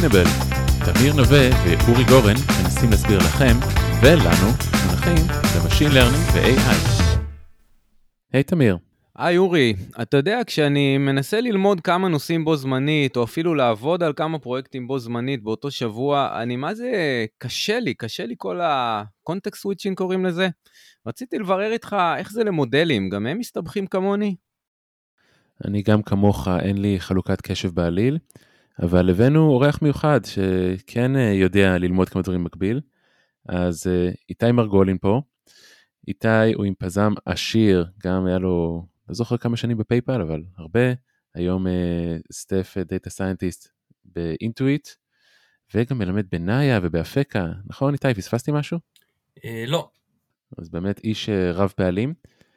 Sustainable. תמיר נווה ואורי גורן מנסים להסביר לכם ולנו מונחים במשין לרנינג ו-AI. היי תמיר. היי אורי, אתה יודע, כשאני מנסה ללמוד כמה נושאים בו זמנית, או אפילו לעבוד על כמה פרויקטים בו זמנית באותו שבוע, מה זה קשה לי כל הקונטקסט סוויצ'ינג קוראים לזה. רציתי לברר איתך איך זה למודלים, גם הם מסתבכים כמוני? אני גם כמוך, אין לי חלוקת קשב בעליל, אבל הבאנו אורח מיוחד שכן יודע ללמוד כמה דברים מקביל. אז איתי מרגולין פה. איתי הוא עם פזם עשיר, גם היה לו, לא זוכר כמה שנים בפייפל, אבל הרבה. היום סטף דאטה סיינטיסט באינטואיט, וגם מלמד בנאיה ובאפקה. נכון איתי, פספסתי משהו? לא. אז באמת איש רב פעלים.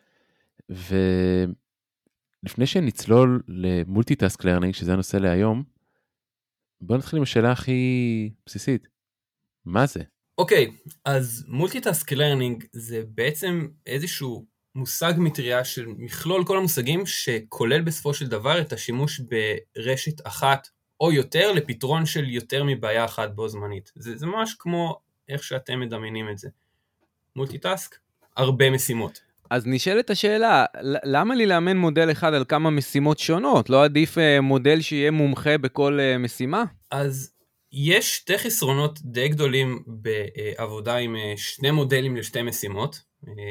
ולפני שנצלול למולטיטאסק לרנינג, שזה הנושא להיום, בוא נתחיל עם השאלה הכי בסיסית. מה זה? אוקיי, אז מולטיטאסק לרנינג זה בעצם איזשהו מושג מטריה של מכלול כל המושגים שכולל בסופו של דבר את השימוש ברשת אחת או יותר לפתרון של יותר מבעיה אחת בו זמנית. זה ממש כמו איך שאתם מדמיינים את זה. מולטיטאסק, הרבה משימות. אז נשאלת השאלה, למה לי לאמן מודל אחד על כמה משימות שונות? לא עדיף מודל שיהיה מומחה בכל משימה? אז יש שתי חסרונות די גדולים בעבודה עם שני מודלים לשתי משימות,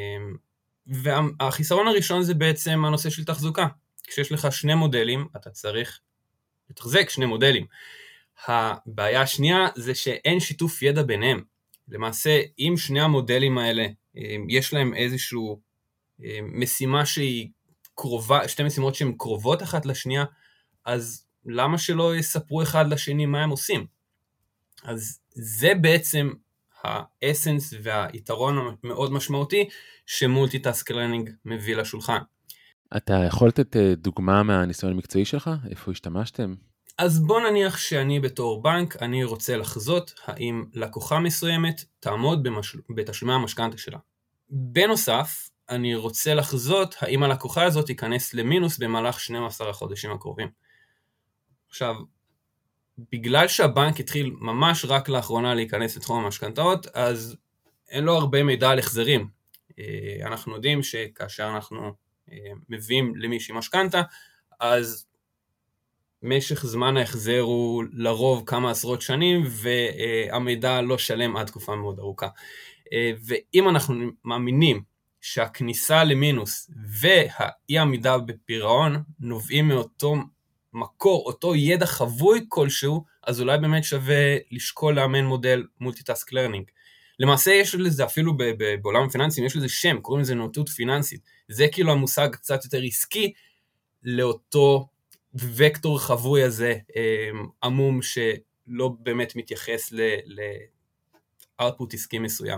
והחיסרון הראשון זה בעצם הנושא של תחזוקה. כשיש לך שני מודלים, אתה צריך לתחזק שני מודלים. הבעיה השנייה זה שאין שיתוף ידע ביניהם. למעשה, אם שני המודלים האלה, יש להם איזשהו משימה שהיא קרובה, שתי משימות שהן קרובות אחת לשנייה, אז למה שלא יספרו אחד לשני מה הם עושים? אז זה בעצם האסנס והיתרון המאוד משמעותי שמולטיטאסק לרנינג מביא לשולחן. אתה יכול לתת דוגמה מהניסיון המקצועי שלך? איפה השתמשתם? אז בוא נניח שאני בתור בנק, אני רוצה לחזות האם לקוחה מסוימת תעמוד בתשלומי המשכנתא שלה. בנוסף, אני רוצה לחזות האם הלקוחה הזאת תיכנס למינוס במהלך 12 החודשים הקרובים. עכשיו, בגלל שהבנק התחיל ממש רק לאחרונה להיכנס לתחום המשכנתאות, אז אין לו הרבה מידע על החזרים. אנחנו יודעים שכאשר אנחנו מביאים למישהי משכנתא, אז משך זמן ההחזר הוא לרוב כמה עשרות שנים, והמידע לא שלם עד תקופה מאוד ארוכה. ואם אנחנו מאמינים שהכניסה למינוס והאי עמידה בפירעון נובעים מאותו מקור, אותו ידע חבוי כלשהו, אז אולי באמת שווה לשקול לאמן מודל מולטיטאסק לרנינג. למעשה יש לזה אפילו בעולם הפיננסים, יש לזה שם, קוראים לזה נאותות פיננסית. זה כאילו המושג קצת יותר עסקי לאותו וקטור חבוי הזה, עמום שלא באמת מתייחס לאוטפוט עסקי מסוים.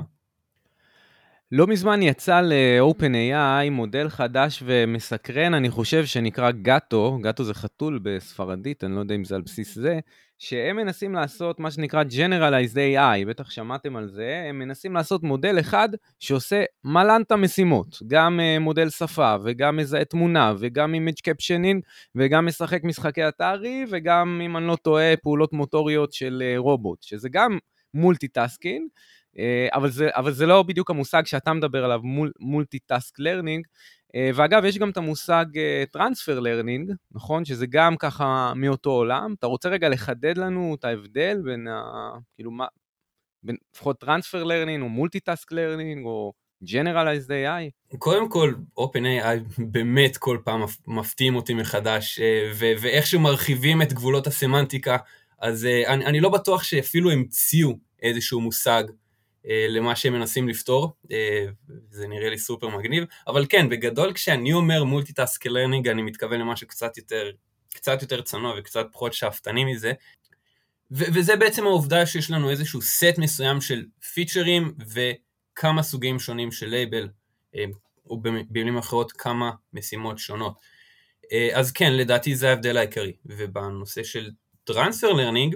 לא מזמן יצא ל-OpenAI מודל חדש ומסקרן, אני חושב, שנקרא גאטו. גאטו זה חתול בספרדית, אני לא יודע אם זה על בסיס זה, שהם מנסים לעשות מה שנקרא Generalized AI, בטח שמעתם על זה. הם מנסים לעשות מודל אחד שעושה מלנטה משימות, גם מודל שפה וגם מזהה תמונה וגם image captioning וגם משחק משחקי אתרי וגם, אם אני לא טועה, פעולות מוטוריות של רובוט, שזה גם מולטיטאסקינג. אבל זה לא בדיוק המושג שאתה מדבר עליו, מולטיטאסק לרנינג. ואגב, יש גם את המושג טרנספר לרנינג, נכון? שזה גם ככה מאותו עולם. אתה רוצה רגע לחדד לנו את ההבדל בין, כאילו מה, בין לפחות טרנספר לרנינג או מולטיטאסק לרנינג או Generalized AI? קודם כל, OpenAI באמת כל פעם מפתיעים אותי מחדש, ואיך שמרחיבים את גבולות הסמנטיקה, אז אני לא בטוח שאפילו המציאו איזשהו מושג למה שהם מנסים לפתור, זה נראה לי סופר מגניב, אבל כן, בגדול כשאני אומר מולטיטאסק לרנינג, אני מתכוון למשהו קצת יותר צנוע וקצת פחות שאפתני מזה, וזה בעצם העובדה שיש לנו איזשהו סט מסוים של פיצ'רים וכמה סוגים שונים של לייבל, או במילים אחרות כמה משימות שונות. אז כן, לדעתי זה ההבדל העיקרי, ובנושא של טרנספר לרנינג,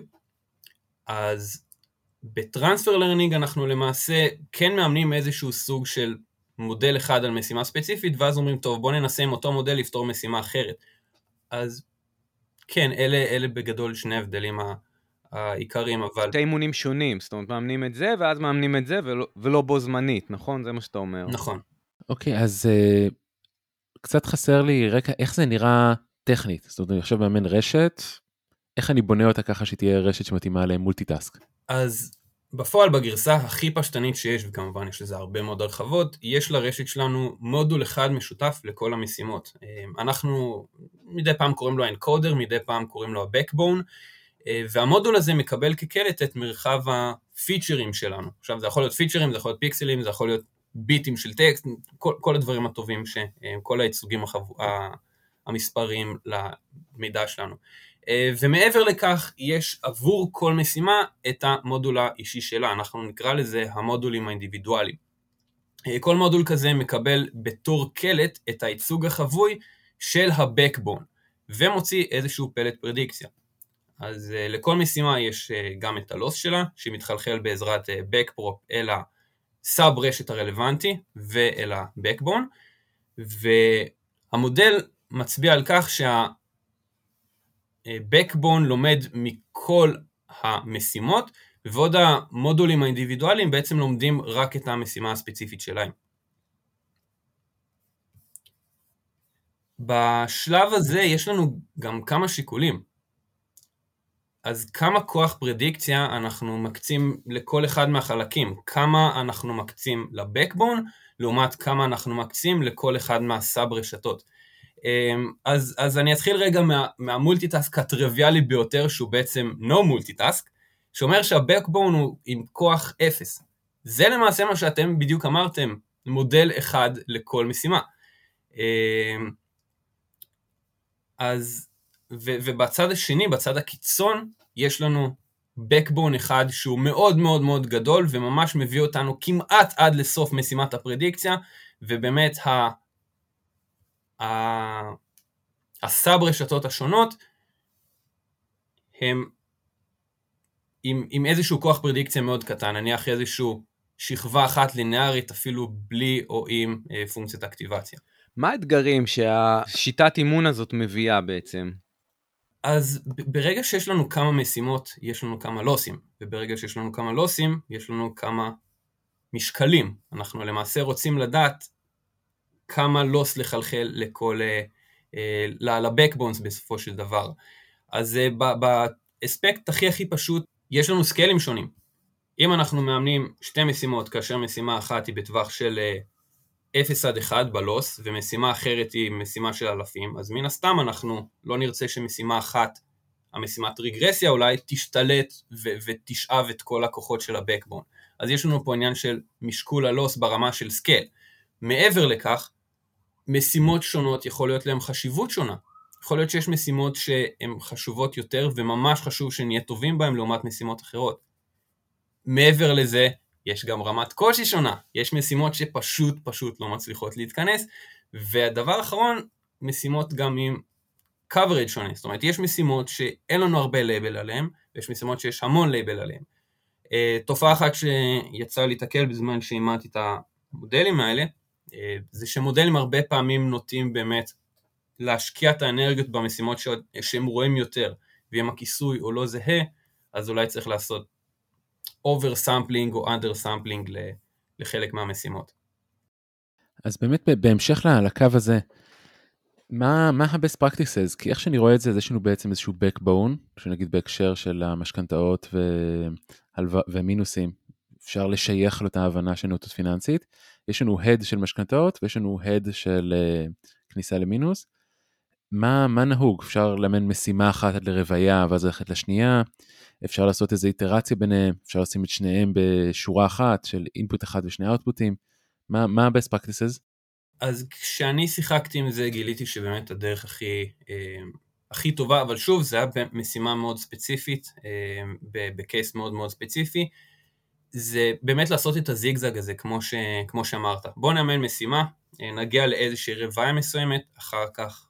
אז בטרנספר לרנינג אנחנו למעשה כן מאמנים איזשהו סוג של מודל אחד על משימה ספציפית, ואז אומרים, טוב, בוא ננסה עם אותו מודל לפתור משימה אחרת. אז כן, אלה בגדול שני הבדלים העיקריים, אבל... שתי אימונים שונים, זאת אומרת, מאמנים את זה, ואז מאמנים את זה, ולא בו זמנית, נכון? זה מה שאתה אומר. נכון. אוקיי, אז קצת חסר לי רקע, איך זה נראה טכנית? זאת אומרת, אני עכשיו מאמן רשת, איך אני בונה אותה ככה שתהיה רשת שמתאימה למולטיטאסק? אז בפועל בגרסה הכי פשטנית שיש, וכמובן יש לזה הרבה מאוד הרחבות, יש לרשת שלנו מודול אחד משותף לכל המשימות. אנחנו מדי פעם קוראים לו האנקודר, מדי פעם קוראים לו ה-Backbone, והמודול הזה מקבל כקלט את מרחב הפיצ'רים שלנו. עכשיו זה יכול להיות פיצ'רים, זה יכול להיות פיקסלים, זה יכול להיות ביטים של טקסט, כל הדברים הטובים, כל הייצוגים המספריים למידע שלנו. ומעבר לכך, יש עבור כל משימה את המודול האישי שלה, אנחנו נקרא לזה המודולים האינדיבידואליים. כל מודול כזה מקבל בתור קלט את הייצוג החבוי של ה-Backbone, ומוציא איזשהו פלט פרדיקציה. אז לכל משימה יש גם את הלוס שלה, שמתחלחל בעזרת Backprop אל הסאב רשת הרלוונטי ואל ה-Backbone, והמודל מצביע על כך Backbone לומד מכל המשימות, ועוד המודולים האינדיבידואליים בעצם לומדים רק את המשימה הספציפית שלהם. בשלב הזה יש לנו גם כמה שיקולים. אז כמה כוח פרדיקציה אנחנו מקצים לכל אחד מהחלקים? כמה אנחנו מקצים ל-Backbone, לעומת כמה אנחנו מקצים לכל אחד מהסאב רשתות? אז אני אתחיל רגע מהמולטיטאסק הטריוויאלי ביותר, שהוא בעצם no multitask, שאומר שהבקבון הוא עם כוח 0. זה למעשה מה שאתם בדיוק אמרתם, מודל אחד לכל משימה. ובצד השני, בצד הקיצון, יש לנו בקבון אחד שהוא מאוד מאוד מאוד גדול, וממש מביא אותנו כמעט עד לסוף משימת הפרדיקציה, ובאמת הסאב רשתות השונות הם עם איזשהו כוח פרדיקציה מאוד קטן, נניח איזשהו שכבה אחת לינארית אפילו בלי או עם פונקציית אקטיבציה. מה האתגרים שהשיטת אימון הזאת מביאה בעצם? אז ברגע שיש לנו כמה משימות, יש לנו כמה לוסים, וברגע שיש לנו כמה לוסים, יש לנו כמה משקלים. אנחנו למעשה רוצים לדעת כמה לוס לחלחל לכל, לבקבונס בסופו של דבר. אז באספקט הכי פשוט, יש לנו סקיילים שונים. אם אנחנו מאמנים שתי משימות, כאשר משימה אחת היא בטווח של 0 עד 1 בלוס, ומשימה אחרת היא משימה של אלפים, אז מן הסתם אנחנו לא נרצה שמשימה אחת, המשימת רגרסיה אולי, תשתלט ותשאב את כל הכוחות של הבקבון. אז יש לנו פה עניין של משקול הלוס ברמה של סקייל. מעבר לכך, משימות שונות יכול להיות להם חשיבות שונה. יכול להיות שיש משימות שהן חשובות יותר, וממש חשוב שנהיה טובים בהן לעומת משימות אחרות. מעבר לזה, יש גם רמת קושי שונה. יש משימות שפשוט לא מצליחות להתכנס, והדבר האחרון, משימות גם עם coverage שונה. זאת אומרת, יש משימות שאין לנו הרבה לייבל עליהן, ויש משימות שיש המון לייבל עליהן. תופעה אחת שיצא להתקל בזמן שאימדתי את המודלים האלה, זה שמודלים הרבה פעמים נוטים באמת להשקיע את האנרגיות במשימות שהם רואים יותר, ואם הכיסוי או לא זהה, אז אולי צריך לעשות over sampling או under sampling לחלק מהמשימות. אז באמת בהמשך לקו הזה, מה ה-best practices? כי איך שאני רואה את זה, יש לנו בעצם איזשהו backbone, שנגיד בהקשר של המשכנתאות ומינוסים, אפשר לשייך לו את ההבנה של נאותות פיננסית, יש לנו הד של משכנתאות, ויש לנו הד של כניסה למינוס. מה נהוג? אפשר לאמן משימה אחת עד לרוויה, ואז ללכת לשנייה, אפשר לעשות איזו איטרציה ביניהם, אפשר לשים את שניהם בשורה אחת של אינפוט אחד ושני אאוטפוטים. מה ה-best practices? אז כשאני שיחקתי עם זה, גיליתי שבאמת הדרך הכי טובה, אבל שוב, זה היה משימה מאוד ספציפית, בקייס מאוד מאוד ספציפי, זה באמת לעשות את הזיגזג הזה, כמו שאמרת. בוא נאמן משימה, נגיע לאיזושהי רוויה מסוימת, אחר כך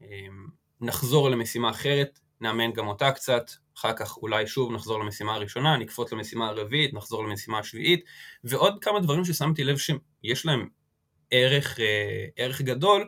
נחזור למשימה אחרת, נאמן גם אותה קצת, אחר כך אולי שוב נחזור למשימה הראשונה, נקפוץ למשימה הרביעית, נחזור למשימה השביעית, ועוד כמה דברים ששמתי לב שיש להם ערך גדול,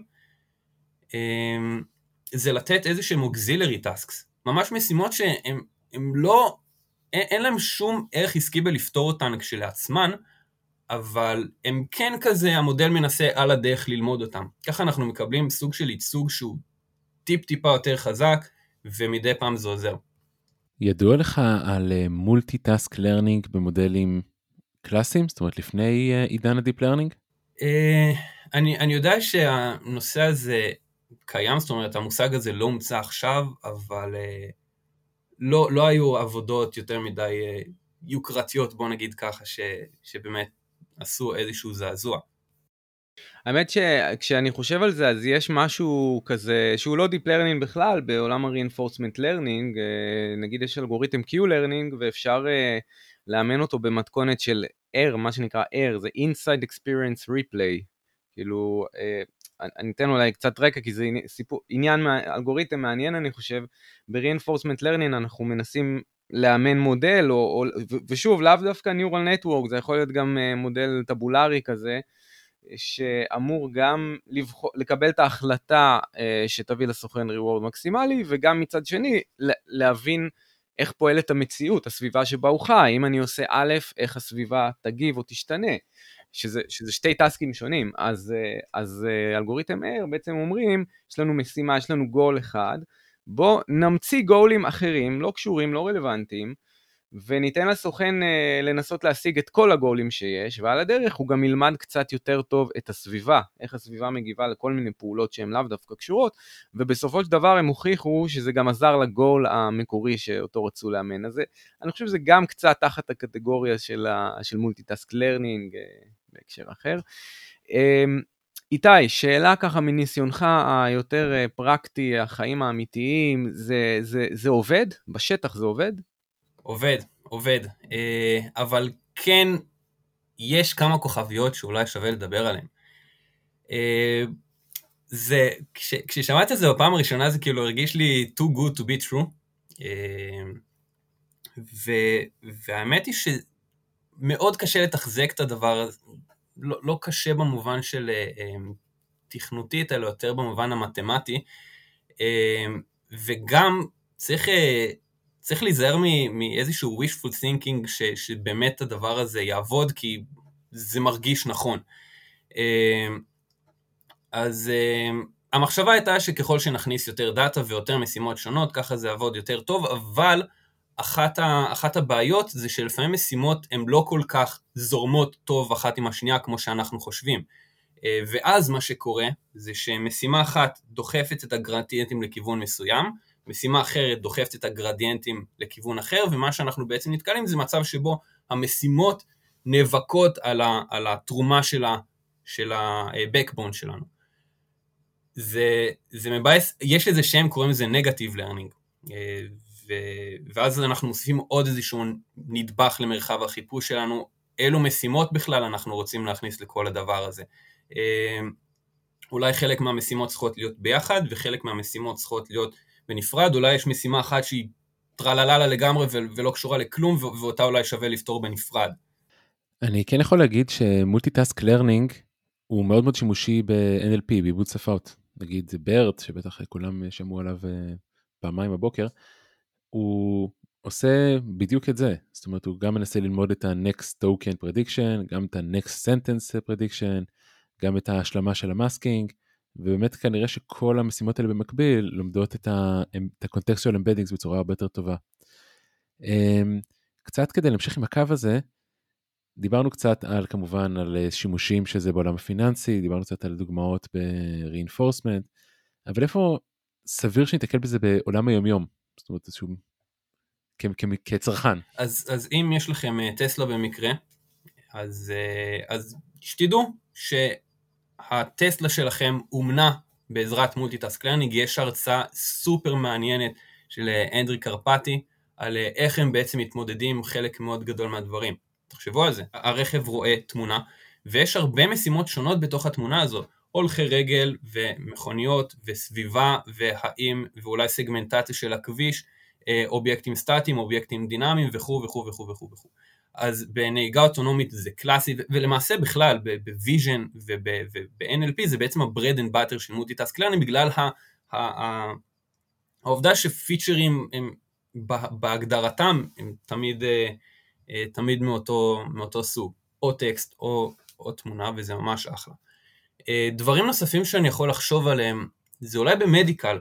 זה לתת איזשהם auxiliary tasks, ממש משימות שהן לא אין להם שום ערך עסקי בלפתור אותן כשלעצמן, אבל הם כן כזה, המודל מנסה על הדרך ללמוד אותם. ככה אנחנו מקבלים סוג של ייצוג שהוא טיפה יותר חזק, ומדי פעם זה עוזר. ידוע לך על מולטי-טאסק לרנינג במודלים קלאסיים? זאת אומרת, לפני עידן הדיפ לרנינג? אני יודע שהנושא הזה קיים, זאת אומרת, המושג הזה לא הומצא עכשיו, אבל לא היו עבודות יותר מדי יוקרתיות, בוא נגיד ככה, שבאמת עשו איזשהו זעזוע. האמת שכשאני חושב על זה, אז יש משהו כזה, שהוא לא Deep Learning בכלל, בעולם ה-Reinforcement Learning, נגיד יש אלגוריתם Q-Learning, ואפשר לאמן אותו במתכונת של R, מה שנקרא R, זה Inside Experience Replay. כאילו, אני אתן אולי קצת רקע, כי זה עניין, אלגוריתם מעניין, אני חושב. ב-Reinforcement Learning אנחנו מנסים לאמן מודל, ושוב, לאו דווקא Neural Network, זה יכול להיות גם מודל טבולרי כזה, שאמור גם לקבל את ההחלטה שתביא לסוכן ריוורד מקסימלי, וגם מצד שני להבין איך פועלת המציאות, הסביבה שבה הוא חי, אם אני עושה א', איך הסביבה תגיב או תשתנה, שזה שתי טסקים שונים. אז אלגוריתם R בעצם אומרים, יש לנו משימה, יש לנו גול אחד, בוא נמציא גולים אחרים, לא קשורים, לא רלוונטיים, וניתן לסוכן לנסות להשיג את כל הגולים שיש, ועל הדרך הוא גם ילמד קצת יותר טוב את הסביבה, איך הסביבה מגיבה לכל מיני פעולות שהן לאו דווקא קשורות, ובסופו של דבר הם הוכיחו שזה גם עזר לגול המקורי שאותו רצו לאמן. אז אני חושב שזה גם קצת תחת הקטגוריה של מולטי-טאסק לרנינג בהקשר אחר. איתי, שאלה ככה מניסיונך היותר פרקטי, החיים האמיתיים, זה עובד? בשטח זה עובד? עובד, אבל כן יש כמה כוכביות שאולי שווה לדבר עליהן. כששמעתי את זה בפעם הראשונה זה כאילו הרגיש לי too good to be true, והאמת היא שמאוד קשה לתחזק את הדבר הזה, לא קשה במובן של תכנותית, אלא יותר במובן המתמטי, וגם צריך להיזהר מאיזשהו wishful thinking שבאמת הדבר הזה יעבוד, כי זה מרגיש נכון. אז המחשבה הייתה שככל שנכניס יותר דאטה ויותר משימות שונות, ככה זה יעבוד יותר טוב, אבל אחת הבעיות זה שלפעמים משימות הן לא כל כך זורמות טוב אחת עם השנייה כמו שאנחנו חושבים. ואז מה שקורה זה שמשימה אחת דוחפת את הגרדיאנטים לכיוון מסוים, משימה אחרת דוחפת את הגרדיאנטים לכיוון אחר, ומה שאנחנו בעצם נתקלים זה מצב שבו המשימות נאבקות על התרומה של ה-backbone שלנו. זה מבאס, יש איזה שם, קוראים לזה negative learning, ואז אנחנו מוסיפים עוד איזשהו נדבך למרחב החיפוש שלנו, אילו משימות בכלל אנחנו רוצים להכניס לכל הדבר הזה. אולי חלק מהמשימות צריכות להיות ביחד, וחלק מהמשימות צריכות להיות בנפרד, אולי יש משימה אחת שהיא טרללה לגמרי ולא קשורה לכלום, ואותה אולי שווה לפתור בנפרד. אני כן יכול להגיד שמולטי-טאסק לרנינג הוא מאוד מאוד שימושי ב-NLP, בעיבוד שפות. נגיד זה BERT, שבטח כולם שמעו עליו פעמיים בבוקר, הוא עושה בדיוק את זה. זאת אומרת, הוא גם מנסה ללמוד את ה-Next Token Prediction, גם את ה-Next Sentence Prediction, גם את ההשלמה של המאסקינג, ובאמת כנראה שכל המשימות האלה במקביל לומדות את ה-Contextual Embeddings בצורה הרבה יותר טובה. קצת כדי להמשיך עם הקו הזה, דיברנו קצת על, כמובן, על שימושים שזה בעולם הפיננסי, דיברנו קצת על דוגמאות ב-reinforcement, אבל איפה סביר שנתקל בזה בעולם היומיום? זאת אומרת, איזשהו, כצרכן. אז אם יש לכם טסלה במקרה, אז שתדעו שהטסלה שלכם אומנה בעזרת מולטי-טאסק לרנינג. יש הרצאה סופר מעניינת של אנדרי קרפטי, על איך הם בעצם מתמודדים עם חלק מאוד גדול מהדברים. תחשבו על זה, הרכב רואה תמונה, ויש הרבה משימות שונות בתוך התמונה הזו, הולכי רגל ומכוניות וסביבה ואולי סגמנטציה של הכביש, אובייקטים סטטיים, אובייקטים דינמיים וכו' וכו' וכו' וכו' וכו'. אז בנהיגה אוטונומית זה קלאסי, ולמעשה בכלל בוויז'ן וב-NLP זה בעצם ה-bread and butter של מולטי-טאסק לרנינג, בגלל העובדה שפיצ'רים הם בהגדרתם הם תמיד מאותו סוג, או טקסט או תמונה, וזה ממש אחלה. דברים נוספים שאני יכול לחשוב עליהם, זה אולי במדיקל.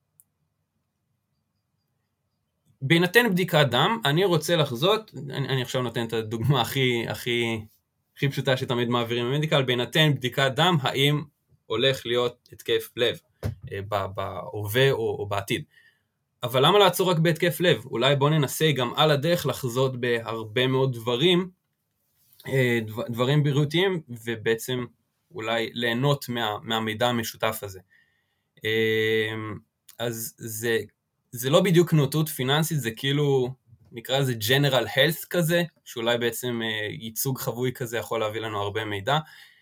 בהינתן בדיקת דם, אני רוצה לחזות, אני עכשיו נותן את הדוגמה הכי פשוטה שתמיד מעבירים במדיקל, בהינתן בדיקת דם, האם הולך להיות התקף לב, בהווה או בעתיד. אבל למה לעצור רק בהתקף לב? אולי בוא ננסה גם על הדרך לחזות בהרבה מאוד דברים בריאותיים, ובעצם אולי ליהנות מהמידע המשותף הזה. אז זה לא בדיוק נוטות פיננסית, זה כאילו, נקרא לזה General Health כזה, שאולי בעצם ייצוג חבוי כזה יכול להביא לנו הרבה מידע.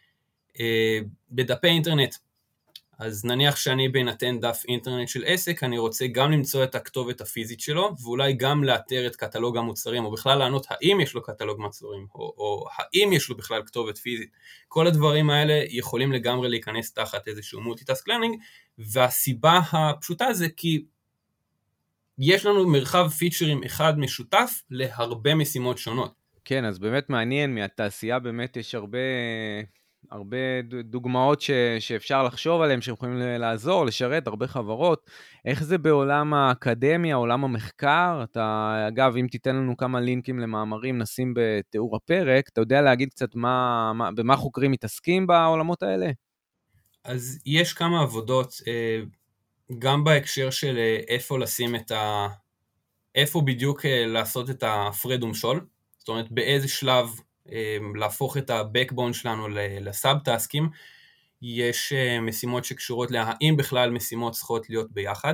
בדפי אינטרנט, אז נניח שאני בהינתן דף אינטרנט של עסק, אני רוצה גם למצוא את הכתובת הפיזית שלו, ואולי גם לאתר את קטלוג המוצרים, או בכלל לענות האם יש לו קטלוג מוצרים, או האם יש לו בכלל כתובת פיזית. כל הדברים האלה יכולים לגמרי להיכנס תחת איזשהו multitask learning, והסיבה הפשוטה זה כי יש לנו מרחב פיצ'רים אחד משותף להרבה משימות שונות. כן, אז באמת מעניין, מהתעשייה באמת יש הרבה דוגמאות שאפשר לחשוב עליהן, שיכולים לעזור, לשרת הרבה חברות. איך זה בעולם האקדמיה, עולם המחקר? אגב, אם תיתן לנו כמה לינקים למאמרים, נשים בתיאור הפרק, אתה יודע להגיד קצת במה חוקרים מתעסקים בעולמות האלה? אז יש כמה עבודות, גם בהקשר של איפה לשים איפה בדיוק לעשות את הפרד ומשול, זאת אומרת באיזה שלב להפוך את ה-backbone שלנו לסאב-טסקים, יש משימות שקשורות להאם בכלל משימות צריכות להיות ביחד,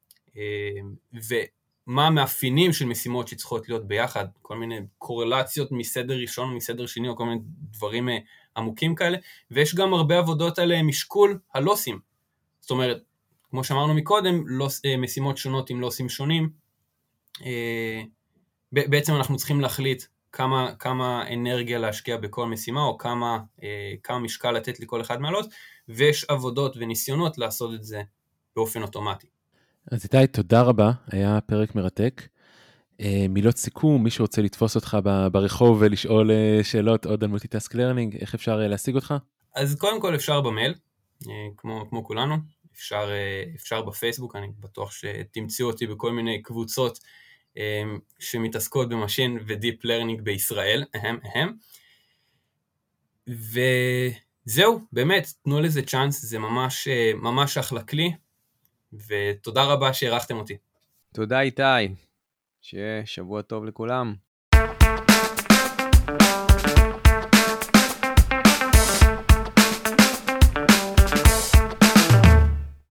ומה המאפיינים של משימות שצריכות להיות ביחד, כל מיני קורלציות מסדר ראשון או מסדר שני, או כל מיני דברים עמוקים כאלה, ויש גם הרבה עבודות על משקול הלוסים, זאת אומרת, כמו שאמרנו מקודם, משימות שונות עם לוסים שונים, בעצם אנחנו צריכים להחליט כמה אנרגיה להשקיע בכל משימה, או כמה משקל לתת לכל אחד מהלוס, ויש עבודות וניסיונות לעשות את זה באופן אוטומטי. אז איתי, תודה רבה, היה פרק מרתק. מילות סיכום, מי שרוצה לתפוס אותך ברחוב ולשאול שאלות עוד על מולטיטאסק לרנינג, איך אפשר להשיג אותך? אז קודם כל אפשר במייל, כמו כולנו, אפשר בפייסבוק, אני בטוח שתמצאו אותי בכל מיני קבוצות שמתעסקות במשין ודיפ לרנינג בישראל, וזהו, באמת, תנו לזה צ'אנס, זה ממש אחלה כלי, ותודה רבה שהערכתם אותי. תודה איתי, שיהיה שבוע טוב לכולם.